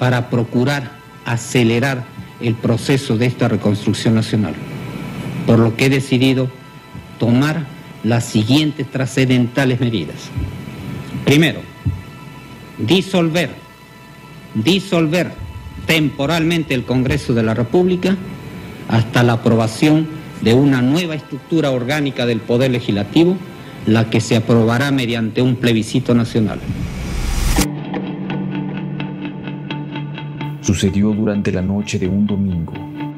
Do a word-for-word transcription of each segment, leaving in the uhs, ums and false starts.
para procurar acelerar el proceso de esta reconstrucción nacional, por lo que he decidido tomar las siguientes trascendentales medidas. Primero, disolver, disolver temporalmente el Congreso de la República hasta la aprobación de una nueva estructura orgánica del Poder Legislativo, la que se aprobará mediante un plebiscito nacional. Sucedió durante la noche de un domingo.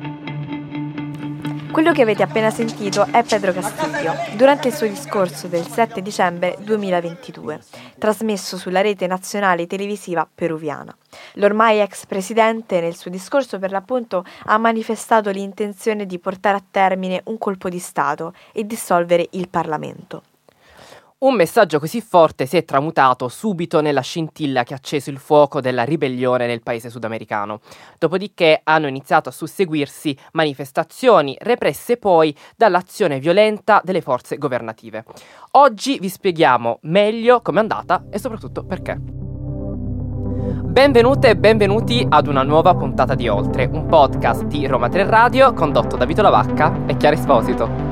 Quello che avete appena sentito è Pedro Castillo, durante il suo discorso del sette dicembre duemilaventidue, trasmesso sulla rete nazionale televisiva peruviana. L'ormai ex presidente nel suo discorso per l'appunto ha manifestato l'intenzione di portare a termine un colpo di Stato e dissolvere il Parlamento. Un messaggio così forte si è tramutato subito nella scintilla che ha acceso il fuoco della ribellione nel paese sudamericano. Dopodiché hanno iniziato a susseguirsi manifestazioni, represse poi dall'azione violenta delle forze governative. Oggi vi spieghiamo meglio com'è andata e soprattutto perché. Benvenute e benvenuti ad una nuova puntata di Oltre, un podcast di Roma tre Radio condotto da Vito Lavacca e Chiara Esposito.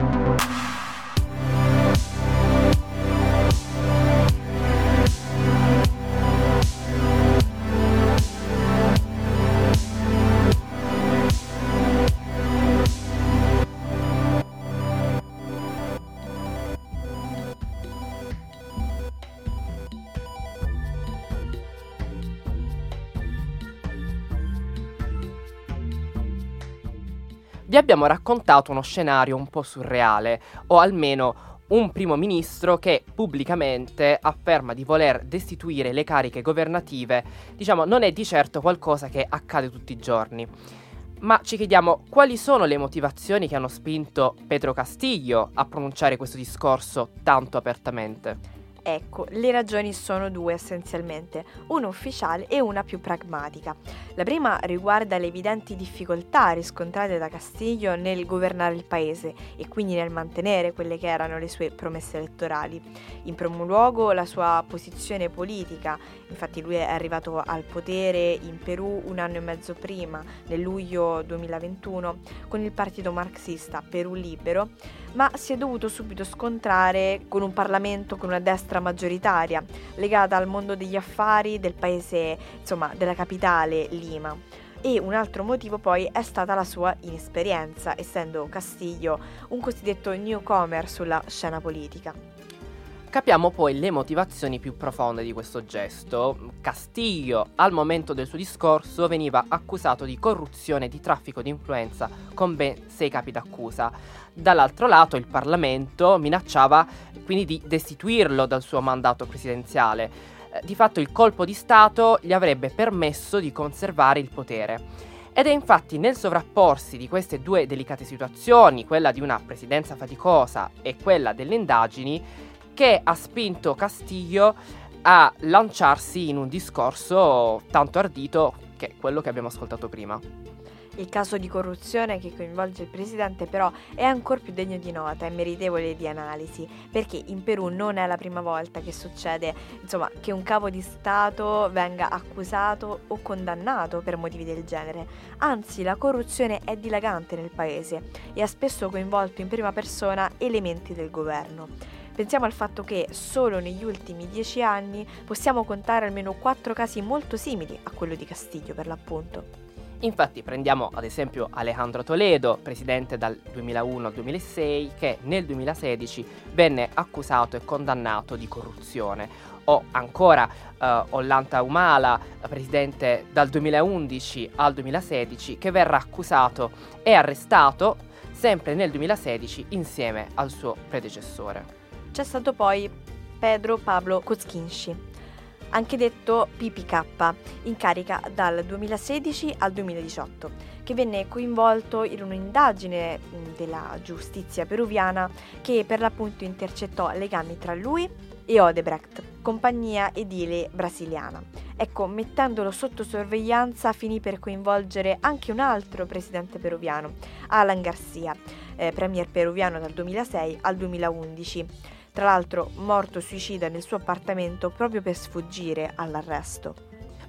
Vi abbiamo raccontato uno scenario un po' surreale, o almeno un primo ministro che pubblicamente afferma di voler destituire le cariche governative. Diciamo, non è di certo qualcosa che accade tutti i giorni. Ma ci chiediamo quali sono le motivazioni che hanno spinto Pedro Castillo a pronunciare questo discorso tanto apertamente. Ecco, le ragioni sono due essenzialmente, una ufficiale e una più pragmatica. La prima riguarda le evidenti difficoltà riscontrate da Castillo nel governare il paese e quindi nel mantenere quelle che erano le sue promesse elettorali. In primo luogo la sua posizione politica, infatti lui è arrivato al potere in Perù un anno e mezzo prima, nel luglio duemilaventuno, con il partito marxista Perù Libero, ma si è dovuto subito scontrare con un Parlamento con una destra maggioritaria, legata al mondo degli affari del paese, insomma, della capitale Lima. E un altro motivo poi è stata la sua inesperienza, essendo Castillo un cosiddetto newcomer sulla scena politica. Capiamo poi le motivazioni più profonde di questo gesto. Castillo, al momento del suo discorso, veniva accusato di corruzione e di traffico di influenza con ben sei capi d'accusa. Dall'altro lato il Parlamento minacciava quindi di destituirlo dal suo mandato presidenziale. Di fatto il colpo di Stato gli avrebbe permesso di conservare il potere. Ed è infatti nel sovrapporsi di queste due delicate situazioni, quella di una presidenza faticosa e quella delle indagini, che ha spinto Castillo a lanciarsi in un discorso tanto ardito che è quello che abbiamo ascoltato prima. Il caso di corruzione che coinvolge il presidente però è ancora più degno di nota e meritevole di analisi, perché in Perù non è la prima volta che succede, insomma, che un capo di Stato venga accusato o condannato per motivi del genere. Anzi, la corruzione è dilagante nel paese e ha spesso coinvolto in prima persona elementi del governo. Pensiamo al fatto che solo negli ultimi dieci anni possiamo contare almeno quattro casi molto simili a quello di Castillo, per l'appunto. Infatti prendiamo ad esempio Alejandro Toledo, presidente dal duemilauno al duemilasei, che nel duemilasedici venne accusato e condannato di corruzione. O ancora uh, Ollanta Humala, presidente dal duemilaundici al duemilasedici, che verrà accusato e arrestato sempre nel duemilasedici insieme al suo predecessore. C'è stato poi Pedro Pablo Kuczynski, anche detto P P K, in carica dal duemilasedici al duemiladiciotto, che venne coinvolto in un'indagine della giustizia peruviana che per l'appunto intercettò legami tra lui e Odebrecht, compagnia edile brasiliana. Ecco, mettendolo sotto sorveglianza finì per coinvolgere anche un altro presidente peruviano, Alan Garcia, eh, premier peruviano dal duemilasei al duemilaundici. Tra l'altro morto suicida nel suo appartamento proprio per sfuggire all'arresto.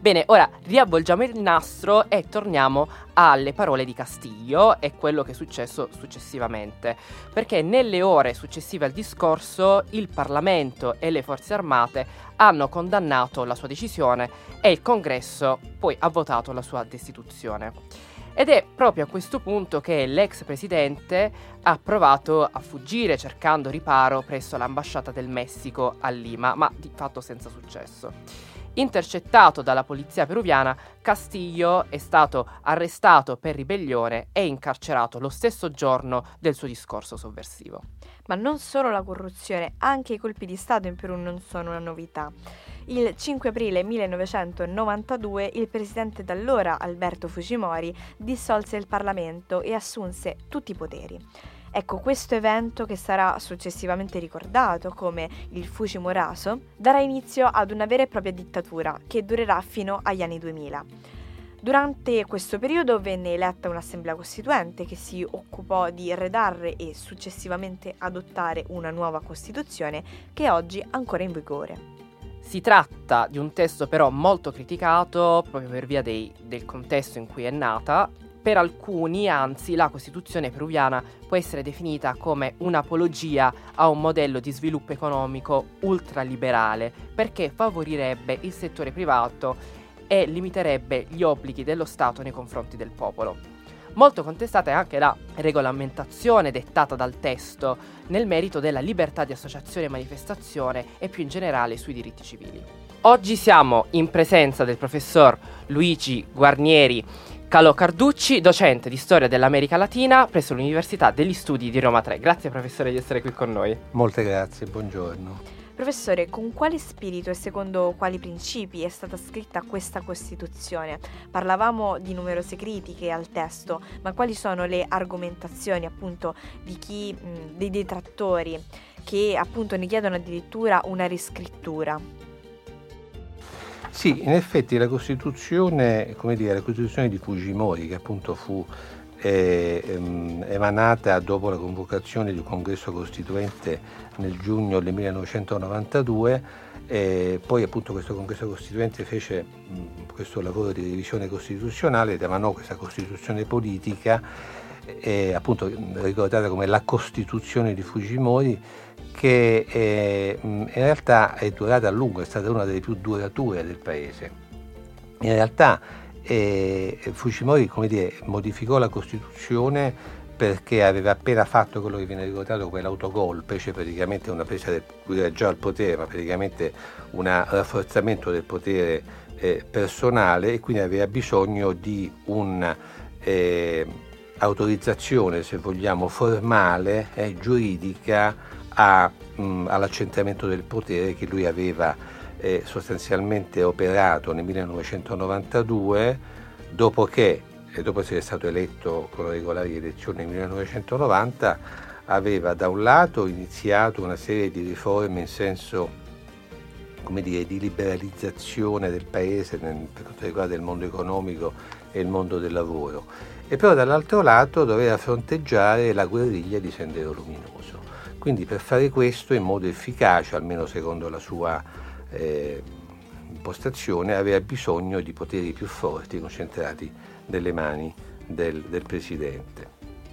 Bene, ora riavvolgiamo il nastro e torniamo alle parole di Castillo e quello che è successo successivamente, perché nelle ore successive al discorso il Parlamento e le forze armate hanno condannato la sua decisione e il Congresso poi ha votato la sua destituzione. Ed è proprio a questo punto che l'ex presidente ha provato a fuggire cercando riparo presso l'ambasciata del Messico a Lima, ma di fatto senza successo. Intercettato dalla polizia peruviana, Castillo è stato arrestato per ribellione e incarcerato lo stesso giorno del suo discorso sovversivo. Ma non solo la corruzione, anche i colpi di Stato in Perù non sono una novità. Il cinque aprile millenovecentonovantadue il presidente d'allora, Alberto Fujimori, dissolse il Parlamento e assunse tutti i poteri. Ecco, questo evento, che sarà successivamente ricordato come il Fujimorazo, darà inizio ad una vera e propria dittatura che durerà fino agli anni duemila. Durante questo periodo venne eletta un'assemblea costituente che si occupò di redare e successivamente adottare una nuova Costituzione che è oggi ancora in vigore. Si tratta di un testo però molto criticato proprio per via dei, del contesto in cui è nata. Per alcuni, anzi, la Costituzione peruviana può essere definita come un'apologia a un modello di sviluppo economico ultraliberale, perché favorirebbe il settore privato e limiterebbe gli obblighi dello Stato nei confronti del popolo. Molto contestata è anche la regolamentazione dettata dal testo nel merito della libertà di associazione e manifestazione e più in generale sui diritti civili. Oggi siamo in presenza del professor Luigi Guarnieri Calò Carducci, docente di storia dell'America Latina presso l'Università degli Studi di Roma tre. Grazie professore di essere qui con noi. Molte grazie, buongiorno. Professore, con quale spirito e secondo quali principi è stata scritta questa Costituzione? Parlavamo di numerose critiche al testo, ma quali sono le argomentazioni appunto di chi, mh, dei detrattori che appunto ne chiedono addirittura una riscrittura? Sì, in effetti la Costituzione, come dire, la Costituzione di Fujimori, che appunto fu eh, ehm, emanata dopo la convocazione di un congresso costituente nel giugno del millenovecentonovantadue, eh, poi appunto questo congresso costituente fece mh, questo lavoro di revisione costituzionale ed emanò questa Costituzione politica, eh, appunto ricordata come la Costituzione di Fujimori, che eh, in realtà è durata a lungo, è stata una delle più durature del paese. In realtà eh, Fujimori, come dire, modificò la Costituzione perché aveva appena fatto quello che viene ricordato come l'autogolpe, cioè praticamente una presa del, lui era già al potere, ma praticamente un rafforzamento del potere eh, personale, e quindi aveva bisogno di un eh, autorizzazione, se vogliamo, formale, eh, giuridica a, mh, all'accentramento del potere che lui aveva eh, sostanzialmente operato nel millenovecentonovantadue, dopo che, e dopo essere stato eletto con regolari elezioni nel millenovecentonovanta, aveva da un lato iniziato una serie di riforme in senso, come dire, di liberalizzazione del paese nel, per quanto riguarda il mondo economico e il mondo del lavoro, e però dall'altro lato doveva fronteggiare la guerriglia di Sendero Luminoso. Quindi per fare questo in modo efficace, almeno secondo la sua eh, impostazione, aveva bisogno di poteri più forti concentrati nelle mani del, del presidente.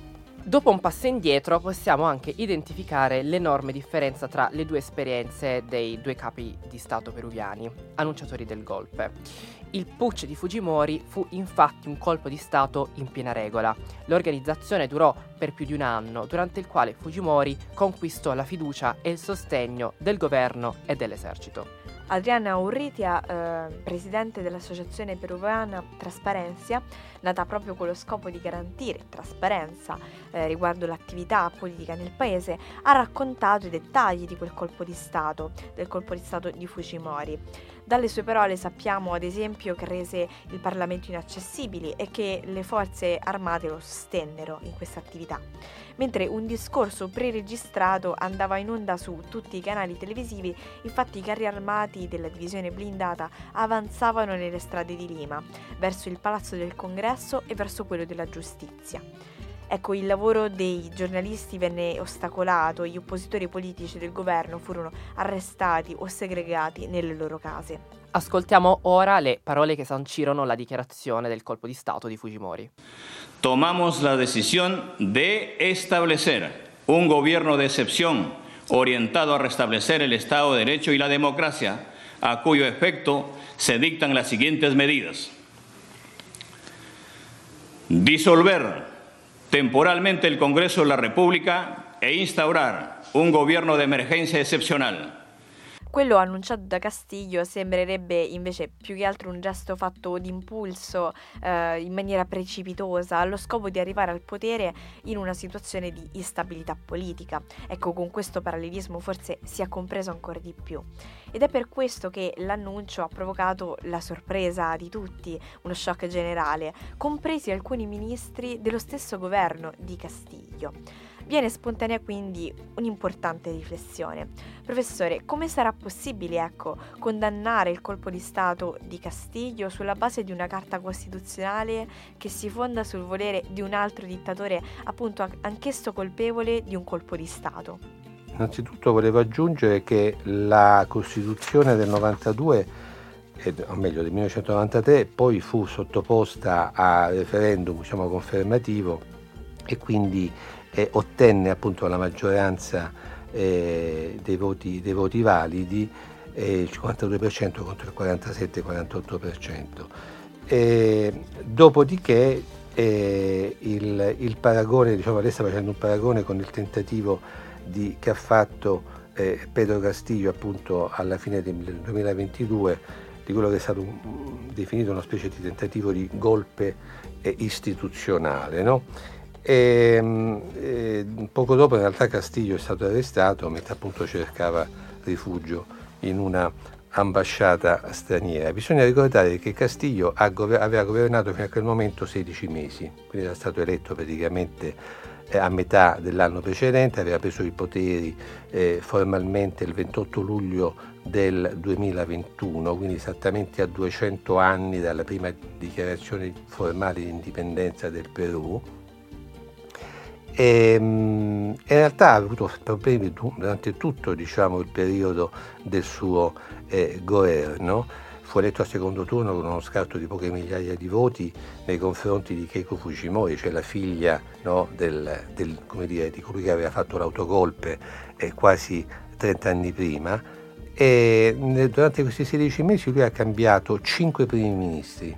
Dopo un passo indietro possiamo anche identificare l'enorme differenza tra le due esperienze dei due capi di Stato peruviani, annunciatori del golpe. Il putsch di Fujimori fu infatti un colpo di Stato in piena regola. L'organizzazione durò per più di un anno, durante il quale Fujimori conquistò la fiducia e il sostegno del governo e dell'esercito. Adriana Urrutia, eh, presidente dell'Associazione Peruviana Trasparencia, nata proprio con lo scopo di garantire trasparenza eh, riguardo l'attività politica nel paese, ha raccontato i dettagli di quel colpo di Stato, del colpo di Stato di Fujimori. Dalle sue parole sappiamo ad esempio che rese il Parlamento inaccessibile e che le forze armate lo sostennero in questa attività, mentre un discorso preregistrato andava in onda su tutti i canali televisivi. Infatti i carri armati della divisione blindata avanzavano nelle strade di Lima, verso il Palazzo del Congresso e verso quello della Giustizia. Ecco, il lavoro dei giornalisti venne ostacolato, gli oppositori politici del governo furono arrestati o segregati nelle loro case. Ascoltiamo ora le parole che sancirono la dichiarazione del colpo di Stato di Fujimori. Tomamos la decisión de establecer un gobierno de excepción orientado a restablecer el Estado de Derecho y la democracia, a cuyo efecto se dictan las siguientes medidas. Disolver temporalmente el Congreso de la República e instaurar un gobierno de emergencia excepcional. Quello annunciato da Castiglio sembrerebbe invece più che altro un gesto fatto d'impulso, eh, in maniera precipitosa, allo scopo di arrivare al potere in una situazione di instabilità politica. Ecco, con questo parallelismo forse si è compreso ancora di più. Ed è per questo che l'annuncio ha provocato la sorpresa di tutti, uno shock generale, compresi alcuni ministri dello stesso governo di Castiglio. Viene spontanea quindi un'importante riflessione. Professore, come sarà possibile, ecco, condannare il colpo di Stato di Castiglio sulla base di una carta costituzionale che si fonda sul volere di un altro dittatore, appunto anch'esso colpevole di un colpo di Stato? Innanzitutto volevo aggiungere che la Costituzione del novantadue, eh, o meglio del millenovecentonovantatré, poi fu sottoposta a referendum, diciamo, confermativo, e quindi eh, ottenne appunto la maggioranza eh, dei, voti, dei voti validi, eh, il cinquantadue per cento contro il quarantasette quarantotto per cento. E, dopodiché eh, il, il paragone, diciamo, lei sta facendo un paragone con il tentativo di, che ha fatto eh, Pedro Castillo appunto alla fine del duemilaventidue, di quello che è stato un, definito una specie di tentativo di golpe eh, istituzionale, no? E, e poco dopo in realtà Castillo è stato arrestato mentre appunto cercava rifugio in una ambasciata straniera. Bisogna ricordare che Castillo ha gover- aveva governato fino a quel momento sedici mesi, quindi era stato eletto praticamente eh, a metà dell'anno precedente, aveva preso i poteri eh, formalmente il ventotto luglio del duemilaventuno, quindi esattamente a duecento anni dalla prima dichiarazione formale di indipendenza del Perù. E, in realtà ha avuto problemi durante tutto, diciamo, il periodo del suo eh, governo. Fu eletto al secondo turno con uno scarto di poche migliaia di voti nei confronti di Keiko Fujimori, cioè la figlia, no, del, del, come dire, di colui che aveva fatto l'autogolpe eh, quasi trenta anni prima. E durante questi sedici mesi lui ha cambiato cinque primi ministri.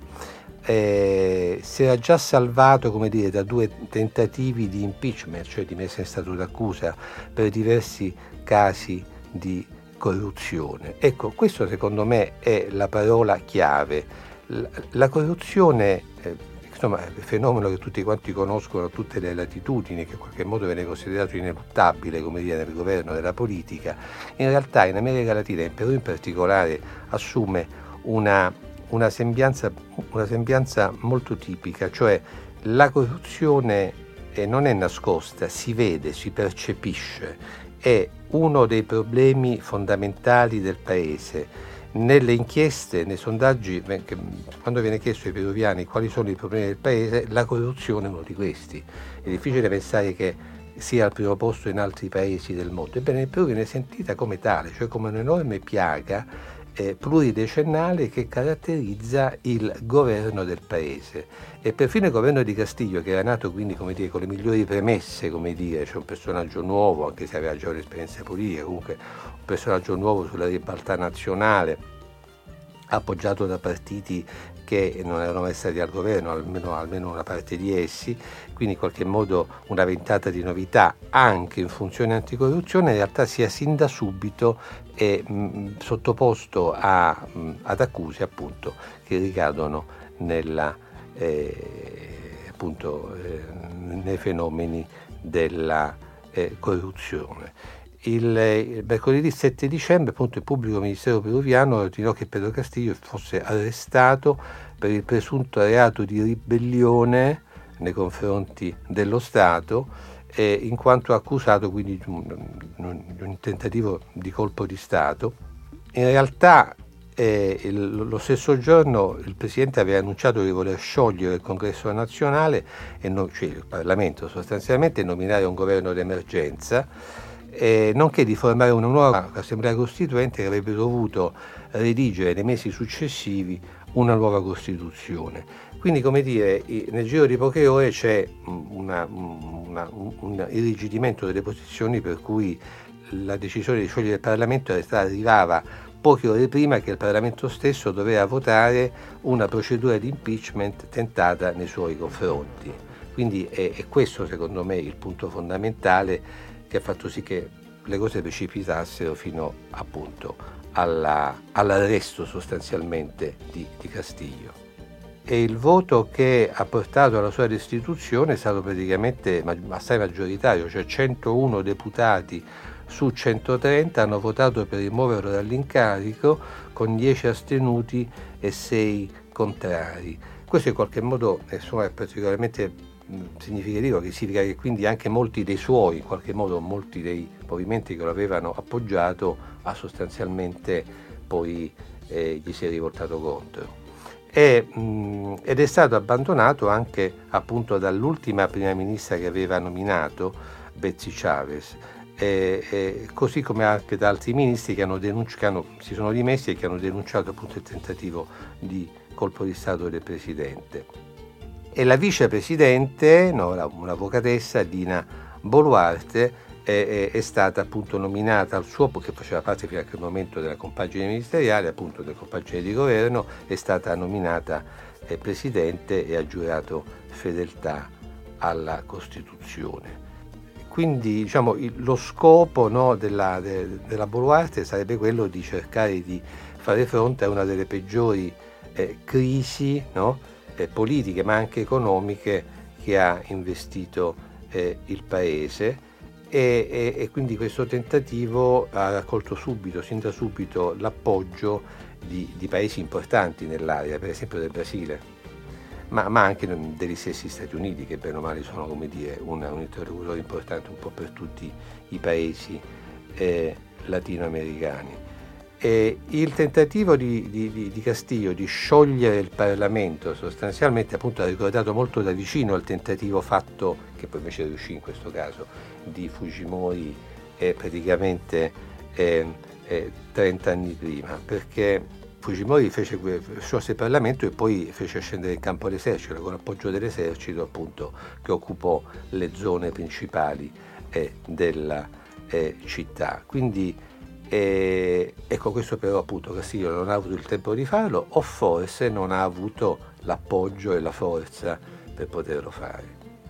Eh, si era già salvato, come dire, da due tentativi di impeachment, cioè di messa in stato d'accusa per diversi casi di corruzione. Ecco, questo secondo me è la parola chiave. La, la corruzione, eh, insomma, è un fenomeno che tutti quanti conoscono a tutte le latitudini, che in qualche modo viene considerato ineluttabile, come dire, nel governo della politica. In realtà in America Latina, in Perù in particolare, assume una Una sembianza, una sembianza molto tipica, cioè la corruzione eh, non è nascosta, si vede, si percepisce, è uno dei problemi fondamentali del paese. Nelle inchieste, nei sondaggi, che, quando viene chiesto ai peruviani quali sono i problemi del paese, la corruzione è uno di questi. È difficile pensare che sia al primo posto in altri paesi del mondo. Ebbene, il Perù viene sentita come tale, cioè come un'enorme piaga Eh, pluridecennale che caratterizza il governo del paese. E perfino il governo di Castillo, che era nato quindi, come dire, con le migliori premesse, come dire, c'è un personaggio nuovo, anche se aveva già un'esperienza politica, comunque un personaggio nuovo sulla ribalta nazionale, appoggiato da partiti che non erano mai stati al governo, almeno, almeno una parte di essi, quindi in qualche modo una ventata di novità anche in funzione anticorruzione, in realtà sia sin da subito è mh, sottoposto a, mh, ad accuse appunto che ricadono nella, eh, appunto, eh, nei fenomeni della eh, corruzione. Il, il mercoledì sette dicembre appunto il pubblico ministero peruviano ordinò che Pedro Castillo fosse arrestato per il presunto reato di ribellione nei confronti dello Stato, eh, in quanto accusato quindi di un, di un tentativo di colpo di Stato. In realtà eh, il, lo stesso giorno il Presidente aveva annunciato di voler sciogliere il Congresso nazionale, e no, cioè il Parlamento sostanzialmente, e nominare un governo d'emergenza. eh, nonché di formare una nuova Assemblea Costituente che avrebbe dovuto redigere nei mesi successivi una nuova Costituzione. Quindi, come dire, nel giro di poche ore c'è una, una, un irrigidimento delle posizioni, per cui la decisione di sciogliere il Parlamento arrivava poche ore prima che il Parlamento stesso doveva votare una procedura di impeachment tentata nei suoi confronti. Quindi è, è questo, secondo me, il punto fondamentale che ha fatto sì che le cose precipitassero fino appunto alla, all'arresto sostanzialmente di, di Castillo. E il voto che ha portato alla sua destituzione è stato praticamente assai maggioritario, cioè centouno deputati su centotrenta hanno votato per rimuoverlo dall'incarico, con dieci astenuti e sei contrari. Questo in qualche modo insomma, è particolarmente significativo, che significa che quindi anche molti dei suoi, in qualche modo molti dei movimenti che lo avevano appoggiato, ha sostanzialmente poi eh, gli si è rivoltato contro. E, mh, ed è stato abbandonato anche appunto dall'ultima prima ministra che aveva nominato, Betsy Chavez, e, e così come anche da altri ministri che, hanno denunci- che hanno, si sono dimessi e che hanno denunciato appunto il tentativo di colpo di Stato del Presidente. E la vicepresidente, no, un'avvocatessa, Dina Boluarte, è, è, è stata appunto nominata al suo, che faceva parte fino a quel momento della compagine ministeriale, appunto della compagine di governo, è stata nominata eh, presidente e ha giurato fedeltà alla Costituzione. Quindi diciamo, il, lo scopo no, della, de, della Boluarte sarebbe quello di cercare di fare fronte a una delle peggiori eh, crisi no, eh, politiche ma anche economiche che ha investito eh, il Paese. E, e, e quindi questo tentativo ha raccolto subito, sin da subito, l'appoggio di, di paesi importanti nell'area, per esempio del Brasile, ma, ma anche degli stessi Stati Uniti, che bene o male sono, come dire, una, un interlocutore importante un po' per tutti i paesi eh, latinoamericani. E il tentativo di, di, di Castillo di sciogliere il Parlamento sostanzialmente appunto ha ricordato molto da vicino il tentativo fatto, che poi invece riuscì in questo caso, di Fujimori eh, praticamente eh, eh, trenta anni prima, perché Fujimori fece sciolse il Parlamento e poi fece scendere in campo l'esercito con l'appoggio dell'esercito appunto che occupò le zone principali eh, della eh, città. Quindi E, ecco, questo però appunto Castillo non ha avuto il tempo di farlo, o forse non ha avuto l'appoggio e la forza per poterlo fare.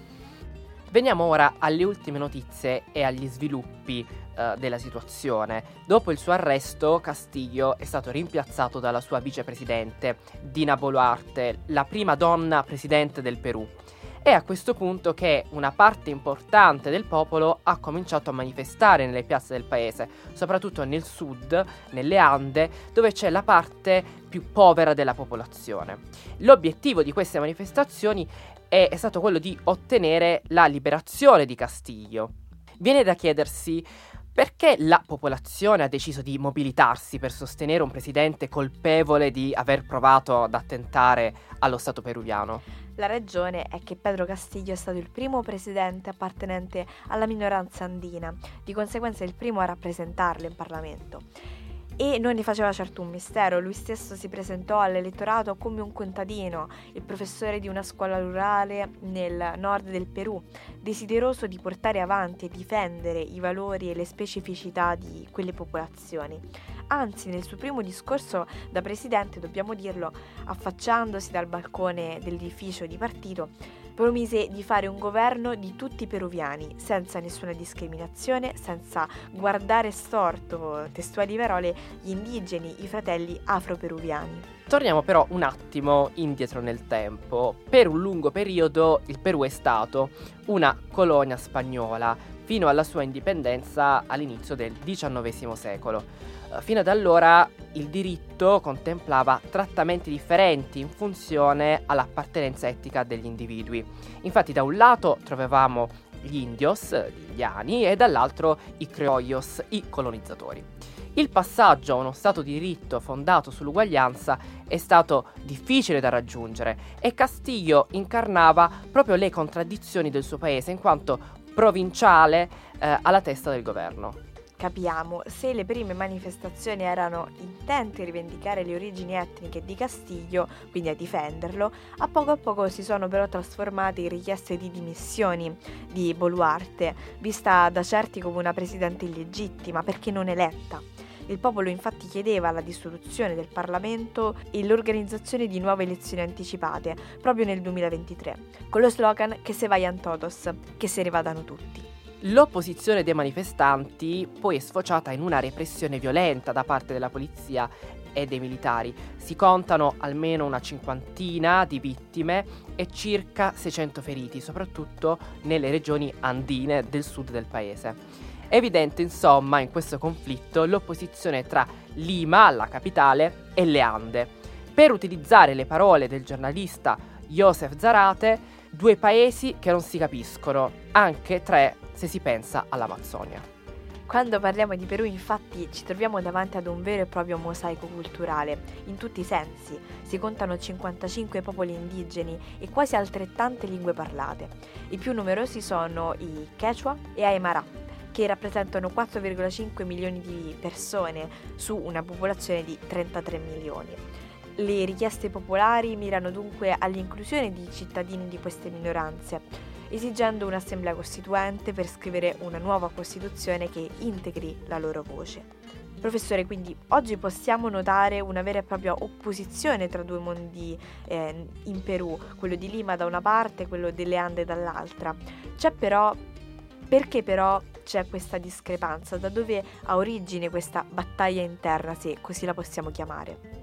Veniamo ora alle ultime notizie e agli sviluppi eh, della situazione. Dopo il suo arresto, Castillo è stato rimpiazzato dalla sua vicepresidente, Dina Boluarte, la prima donna presidente del Perù. È a questo punto che una parte importante del popolo ha cominciato a manifestare nelle piazze del paese, soprattutto nel sud, nelle Ande, dove c'è la parte più povera della popolazione. L'obiettivo di queste manifestazioni è, è stato quello di ottenere la liberazione di Castillo. Viene da chiedersi perché la popolazione ha deciso di mobilitarsi per sostenere un presidente colpevole di aver provato ad attentare allo Stato peruviano. La ragione è che Pedro Castillo è stato il primo presidente appartenente alla minoranza andina, di conseguenza il primo a rappresentarla in Parlamento. E non ne faceva certo un mistero, lui stesso si presentò all'elettorato come un contadino, il professore di una scuola rurale nel nord del Perù, desideroso di portare avanti e difendere i valori e le specificità di quelle popolazioni. Anzi, nel suo primo discorso da presidente, dobbiamo dirlo, affacciandosi dal balcone dell'edificio di partito, promise di fare un governo di tutti i peruviani, senza nessuna discriminazione, senza guardare storto, testuali parole, gli indigeni, i fratelli afro-peruviani. Torniamo però un attimo indietro nel tempo. Per un lungo periodo il Perù è stato una colonia spagnola, fino alla sua indipendenza all'inizio del diciannovesimo secolo. Fino ad allora il diritto contemplava trattamenti differenti in funzione all'appartenenza etnica degli individui. Infatti da un lato trovavamo gli indios, gli indiani, e dall'altro i criollos, i colonizzatori. Il passaggio a uno stato di diritto fondato sull'uguaglianza è stato difficile da raggiungere e Castillo incarnava proprio le contraddizioni del suo paese, in quanto provinciale eh, alla testa del governo. Capiamo, se le prime manifestazioni erano intente a rivendicare le origini etniche di Castiglio, quindi a difenderlo, a poco a poco si sono però trasformate in richieste di dimissioni di Boluarte, vista da certi come una presidente illegittima perché non eletta. Il popolo infatti chiedeva la dissoluzione del Parlamento e l'organizzazione di nuove elezioni anticipate proprio nel duemilaventitré, con lo slogan che se vayan todos, che se ne vadano tutti. L'opposizione dei manifestanti poi è sfociata in una repressione violenta da parte della polizia e dei militari. Si contano almeno una cinquantina di vittime e circa seicento feriti, soprattutto nelle regioni andine del sud del paese. È evidente, insomma, in questo conflitto l'opposizione tra Lima, la capitale, e le Ande. Per utilizzare le parole del giornalista Joseph Zarate, due paesi che non si capiscono, anche tre se si pensa all'Amazzonia. Quando parliamo di Perù, infatti, ci troviamo davanti ad un vero e proprio mosaico culturale, in tutti i sensi. Si contano cinquantacinque popoli indigeni e quasi altrettante lingue parlate. I più numerosi sono i Quechua e Aymara, che rappresentano quattro virgola cinque milioni di persone su una popolazione di trentatré milioni. Le richieste popolari mirano dunque all'inclusione di cittadini di queste minoranze, esigendo un'assemblea costituente per scrivere una nuova Costituzione che integri la loro voce. Professore, quindi oggi possiamo notare una vera e propria opposizione tra due mondi eh, in Perù, quello di Lima da una parte e quello delle Ande dall'altra. C'è però, perché però c'è questa discrepanza? Da dove ha origine questa battaglia interna, se così la possiamo chiamare?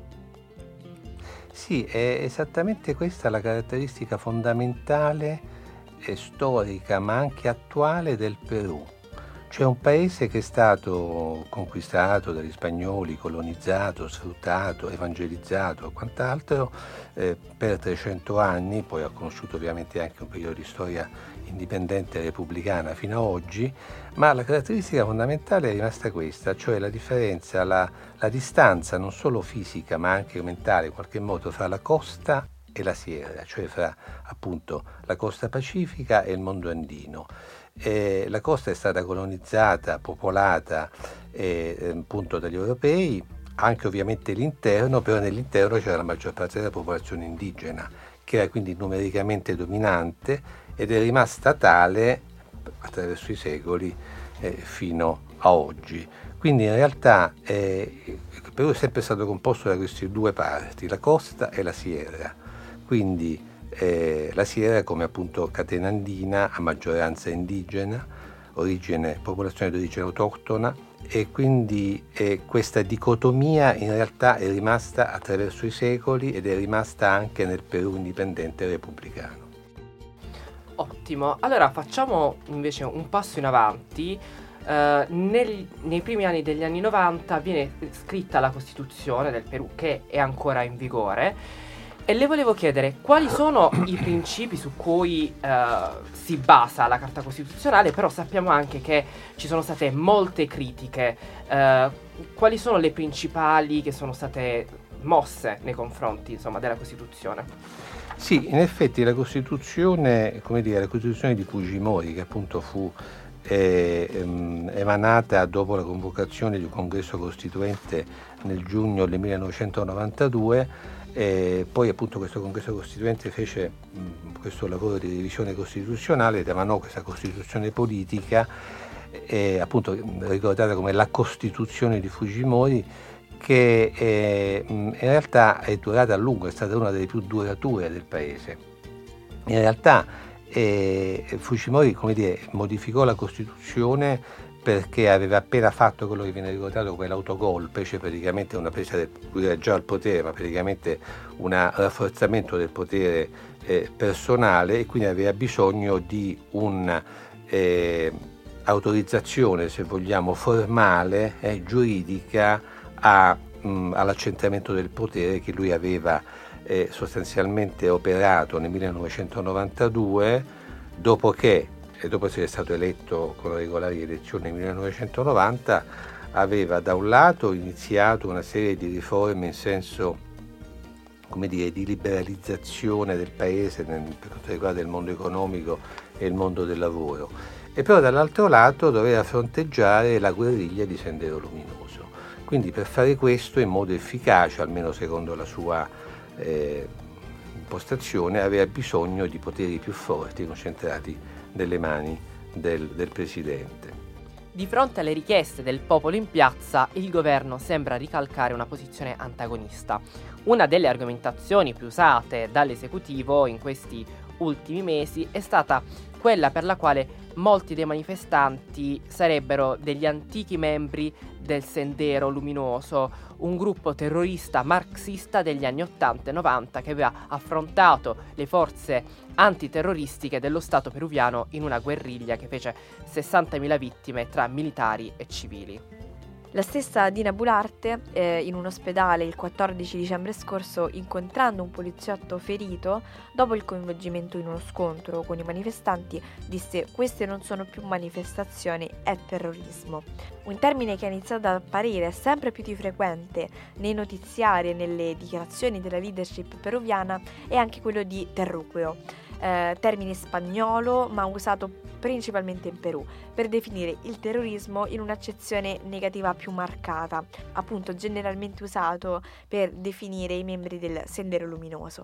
Sì, è esattamente questa la caratteristica fondamentale e storica ma anche attuale del Perù. C'è un paese che è stato conquistato dagli spagnoli, colonizzato, sfruttato, evangelizzato, quant'altro eh, per trecento anni, poi ha conosciuto ovviamente anche un periodo di storia indipendente e repubblicana fino ad oggi, ma la caratteristica fondamentale è rimasta questa, cioè la differenza, la, la distanza non solo fisica ma anche mentale in qualche modo fra la costa e la sierra, cioè fra appunto la costa pacifica e il mondo andino. Eh, la costa è stata colonizzata, popolata eh, appunto dagli europei, anche ovviamente l'interno, però nell'interno c'era la maggior parte della popolazione indigena, che era quindi numericamente dominante ed è rimasta tale attraverso i secoli eh, fino a oggi. Quindi in realtà eh, il Perù è sempre stato composto da queste due parti, la costa e la sierra, quindi Eh, la sierra come appunto catena andina a maggioranza indigena, origine, popolazione d'origine autoctona, e quindi eh, questa dicotomia in realtà è rimasta attraverso i secoli ed è rimasta anche nel Perù indipendente e repubblicano. Ottimo, allora facciamo invece un passo in avanti. Uh, nel, nei primi anni degli anni novanta viene scritta la Costituzione del Perù, che è ancora in vigore. E le volevo chiedere quali sono i principi su cui uh, si basa la Carta Costituzionale, però sappiamo anche che ci sono state molte critiche. Uh, quali sono le principali che sono state mosse nei confronti, insomma, della Costituzione? Sì, in effetti la Costituzione, come dire, la Costituzione di Fujimori, che appunto fu eh, ehm, emanata dopo la convocazione di un congresso costituente nel giugno del millenovecentonovantadue, E poi appunto questo congresso costituente fece mh, questo lavoro di revisione costituzionale ed emanò questa Costituzione politica, eh, appunto ricordata come la Costituzione di Fujimori, che eh, mh, in realtà è durata a lungo, è stata una delle più durature del paese. In realtà eh, Fujimori, come dire, modificò la Costituzione perché aveva appena fatto quello che viene ricordato come l'autogolpe, cioè praticamente una presa del, lui era già al potere, ma praticamente un rafforzamento del potere eh, personale, e quindi aveva bisogno di un'autorizzazione, eh, se vogliamo, formale, eh, giuridica a, mh, all'accentramento del potere che lui aveva eh, sostanzialmente operato nel millenovecentonovantadue, dopo che e dopo essere stato eletto con regolari elezioni nel millenovecentonovanta, aveva da un lato iniziato una serie di riforme in senso, come dire, di liberalizzazione del paese per quanto riguarda il mondo economico e il mondo del lavoro, e però dall'altro lato doveva fronteggiare la guerriglia di Sendero Luminoso. Quindi per fare questo in modo efficace, almeno secondo la sua eh, impostazione, aveva bisogno di poteri più forti concentrati nelle mani del, del presidente. Di fronte alle richieste del popolo in piazza, il governo sembra ricalcare una posizione antagonista. Una delle argomentazioni più usate dall'esecutivo in questi ultimi mesi è stata quella per la quale molti dei manifestanti sarebbero degli antichi membri del Sendero Luminoso, un gruppo terrorista marxista degli anni ottanta e novanta che aveva affrontato le forze antiterroristiche dello Stato peruviano in una guerriglia che fece sessantamila vittime tra militari e civili. La stessa Dina Boluarte, eh, in un ospedale il quattordici dicembre scorso, incontrando un poliziotto ferito, dopo il coinvolgimento in uno scontro con i manifestanti, disse: queste non sono più manifestazioni, è terrorismo. Un termine che ha iniziato ad apparire sempre più di frequente nei notiziari e nelle dichiarazioni della leadership peruviana è anche quello di terruqueo. Eh, termine spagnolo ma usato principalmente in Perù per definire il terrorismo in un'accezione negativa più marcata, appunto generalmente usato per definire i membri del Sendero Luminoso.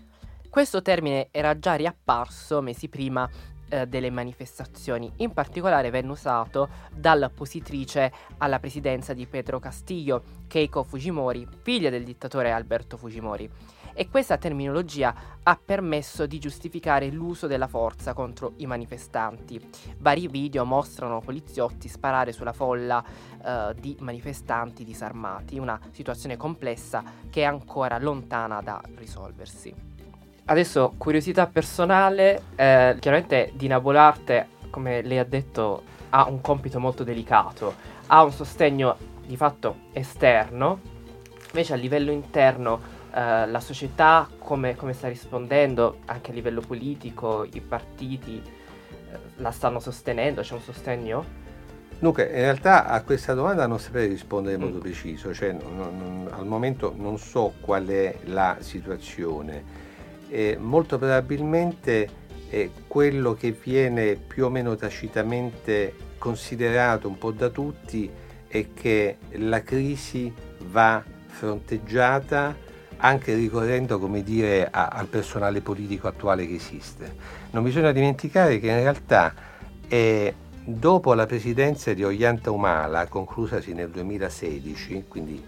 Questo termine era già riapparso mesi prima eh, delle manifestazioni, in particolare venne usato dall'oppositrice alla presidenza di Pedro Castillo, Keiko Fujimori, figlia del dittatore Alberto Fujimori. E questa terminologia ha permesso di giustificare l'uso della forza contro i manifestanti. Vari video mostrano poliziotti sparare sulla folla eh, di manifestanti disarmati, una situazione complessa che è ancora lontana da risolversi. Adesso, curiosità personale, eh, chiaramente Dina Boluarte, come lei ha detto, ha un compito molto delicato, ha un sostegno di fatto esterno, invece a livello interno Uh, la società come, come sta rispondendo, anche a livello politico, i partiti uh, la stanno sostenendo, c'è un sostegno? Dunque, in realtà a questa domanda non saprei rispondere in modo Mm. preciso, cioè non- non- al momento non so qual è la situazione. Eh, molto probabilmente eh, quello che viene più o meno tacitamente considerato un po' da tutti è che la crisi va fronteggiata anche ricorrendo, come dire, a- al personale politico attuale che esiste. Non bisogna dimenticare che in realtà eh, dopo la presidenza di Ollanta Humala, conclusasi nel duemilasedici, quindi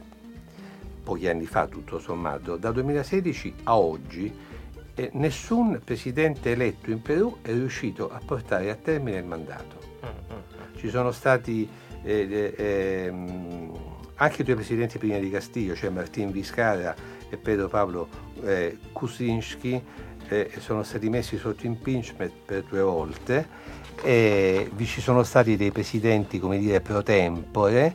pochi anni fa tutto sommato, da duemilasedici a oggi eh, nessun presidente eletto in Perù è riuscito a portare a termine il mandato. Ci sono stati eh, eh, ehm, anche due presidenti prima di Castillo, cioè Martín Vizcarra e Pedro Pablo eh, Kuczynski, eh, sono stati messi sotto impeachment per due volte, e vi ci sono stati dei presidenti, come dire, pro tempore,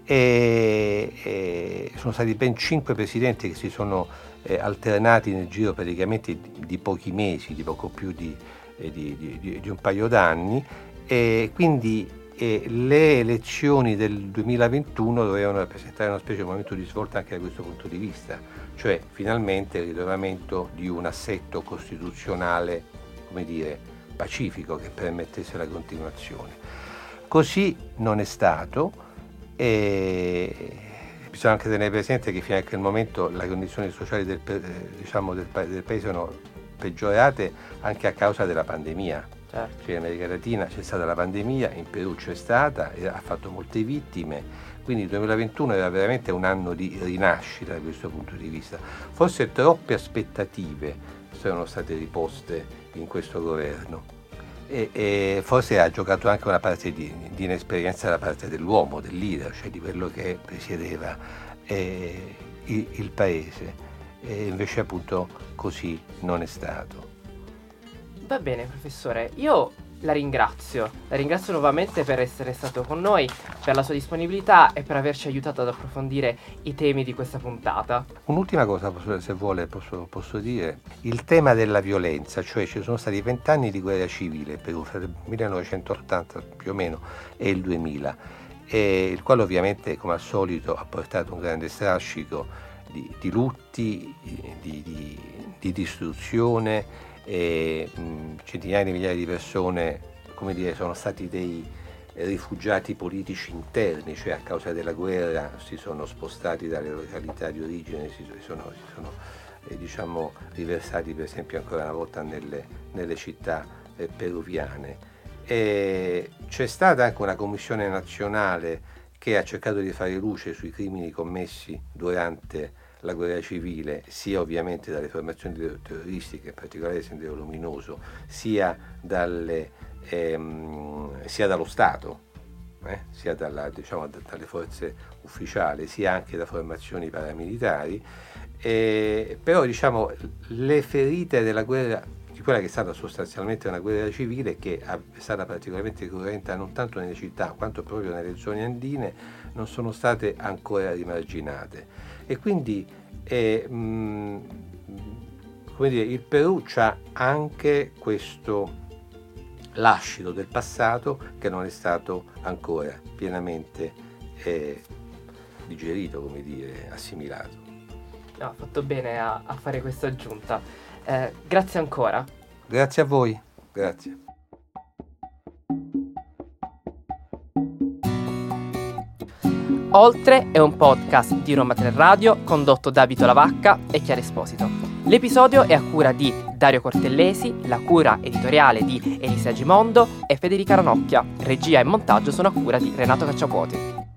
e, e sono stati ben cinque presidenti che si sono eh, alternati nel giro praticamente di, di pochi mesi, di poco più di, eh, di, di, di un paio d'anni, e quindi e le elezioni del duemilaventuno dovevano rappresentare una specie di momento di svolta anche da questo punto di vista, cioè finalmente il ritrovamento di un assetto costituzionale, come dire, pacifico, che permettesse la continuazione. Così non è stato, e bisogna anche tenere presente che fino a quel momento le condizioni sociali del, diciamo, del, del paese sono peggiorate anche a causa della pandemia. Certo. In America Latina c'è stata la pandemia, in Perù c'è stata, e ha fatto molte vittime, quindi il duemilaventuno era veramente un anno di rinascita da questo punto di vista. Forse troppe aspettative sono state riposte in questo governo e, e forse ha giocato anche una parte di, di inesperienza da parte dell'uomo, del leader, cioè di quello che presiedeva eh, il, il paese, e invece appunto così non è stato. Va bene, professore, io la ringrazio, la ringrazio nuovamente per essere stato con noi, per la sua disponibilità e per averci aiutato ad approfondire i temi di questa puntata. Un'ultima cosa, se vuole, posso, posso dire. Il tema della violenza, cioè ci sono stati vent'anni di guerra civile in Perù, fra il millenovecentottanta più o meno e il duemila, e il quale ovviamente, come al solito, ha portato un grande strascico di, di lutti, di, di, di distruzione, e mh, centinaia di migliaia di persone come dire, sono stati dei rifugiati politici interni, cioè a causa della guerra si sono spostati dalle località di origine, si sono, si sono eh, diciamo, riversati per esempio ancora una volta nelle, nelle città eh, peruviane. E c'è stata anche una commissione nazionale che ha cercato di fare luce sui crimini commessi durante la guerra civile, sia ovviamente dalle formazioni terroristiche, in particolare Sendero Luminoso, sia dalle Ehm, sia dallo Stato, eh, sia dalla, diciamo, dalle forze ufficiali, sia anche da formazioni paramilitari, eh, però diciamo le ferite della guerra, di quella che è stata sostanzialmente una guerra civile, che è stata particolarmente cruenta non tanto nelle città quanto proprio nelle zone andine, non sono state ancora rimarginate. E quindi eh, mh, come dire, il Perù c'ha anche questo lascito del passato che non è stato ancora pienamente eh, digerito, come dire, assimilato. No, ha fatto bene a, a fare questa aggiunta. Eh, grazie ancora. Grazie a voi, grazie. Oltre è un podcast di Roma tre Radio condotto da Vito Lavacca e Chiara Esposito. L'episodio è a cura di Dario Cortellesi, la cura editoriale di Elisa Gimondo e Federica Ranocchia. Regia e montaggio sono a cura di Renato Cacciacuoti.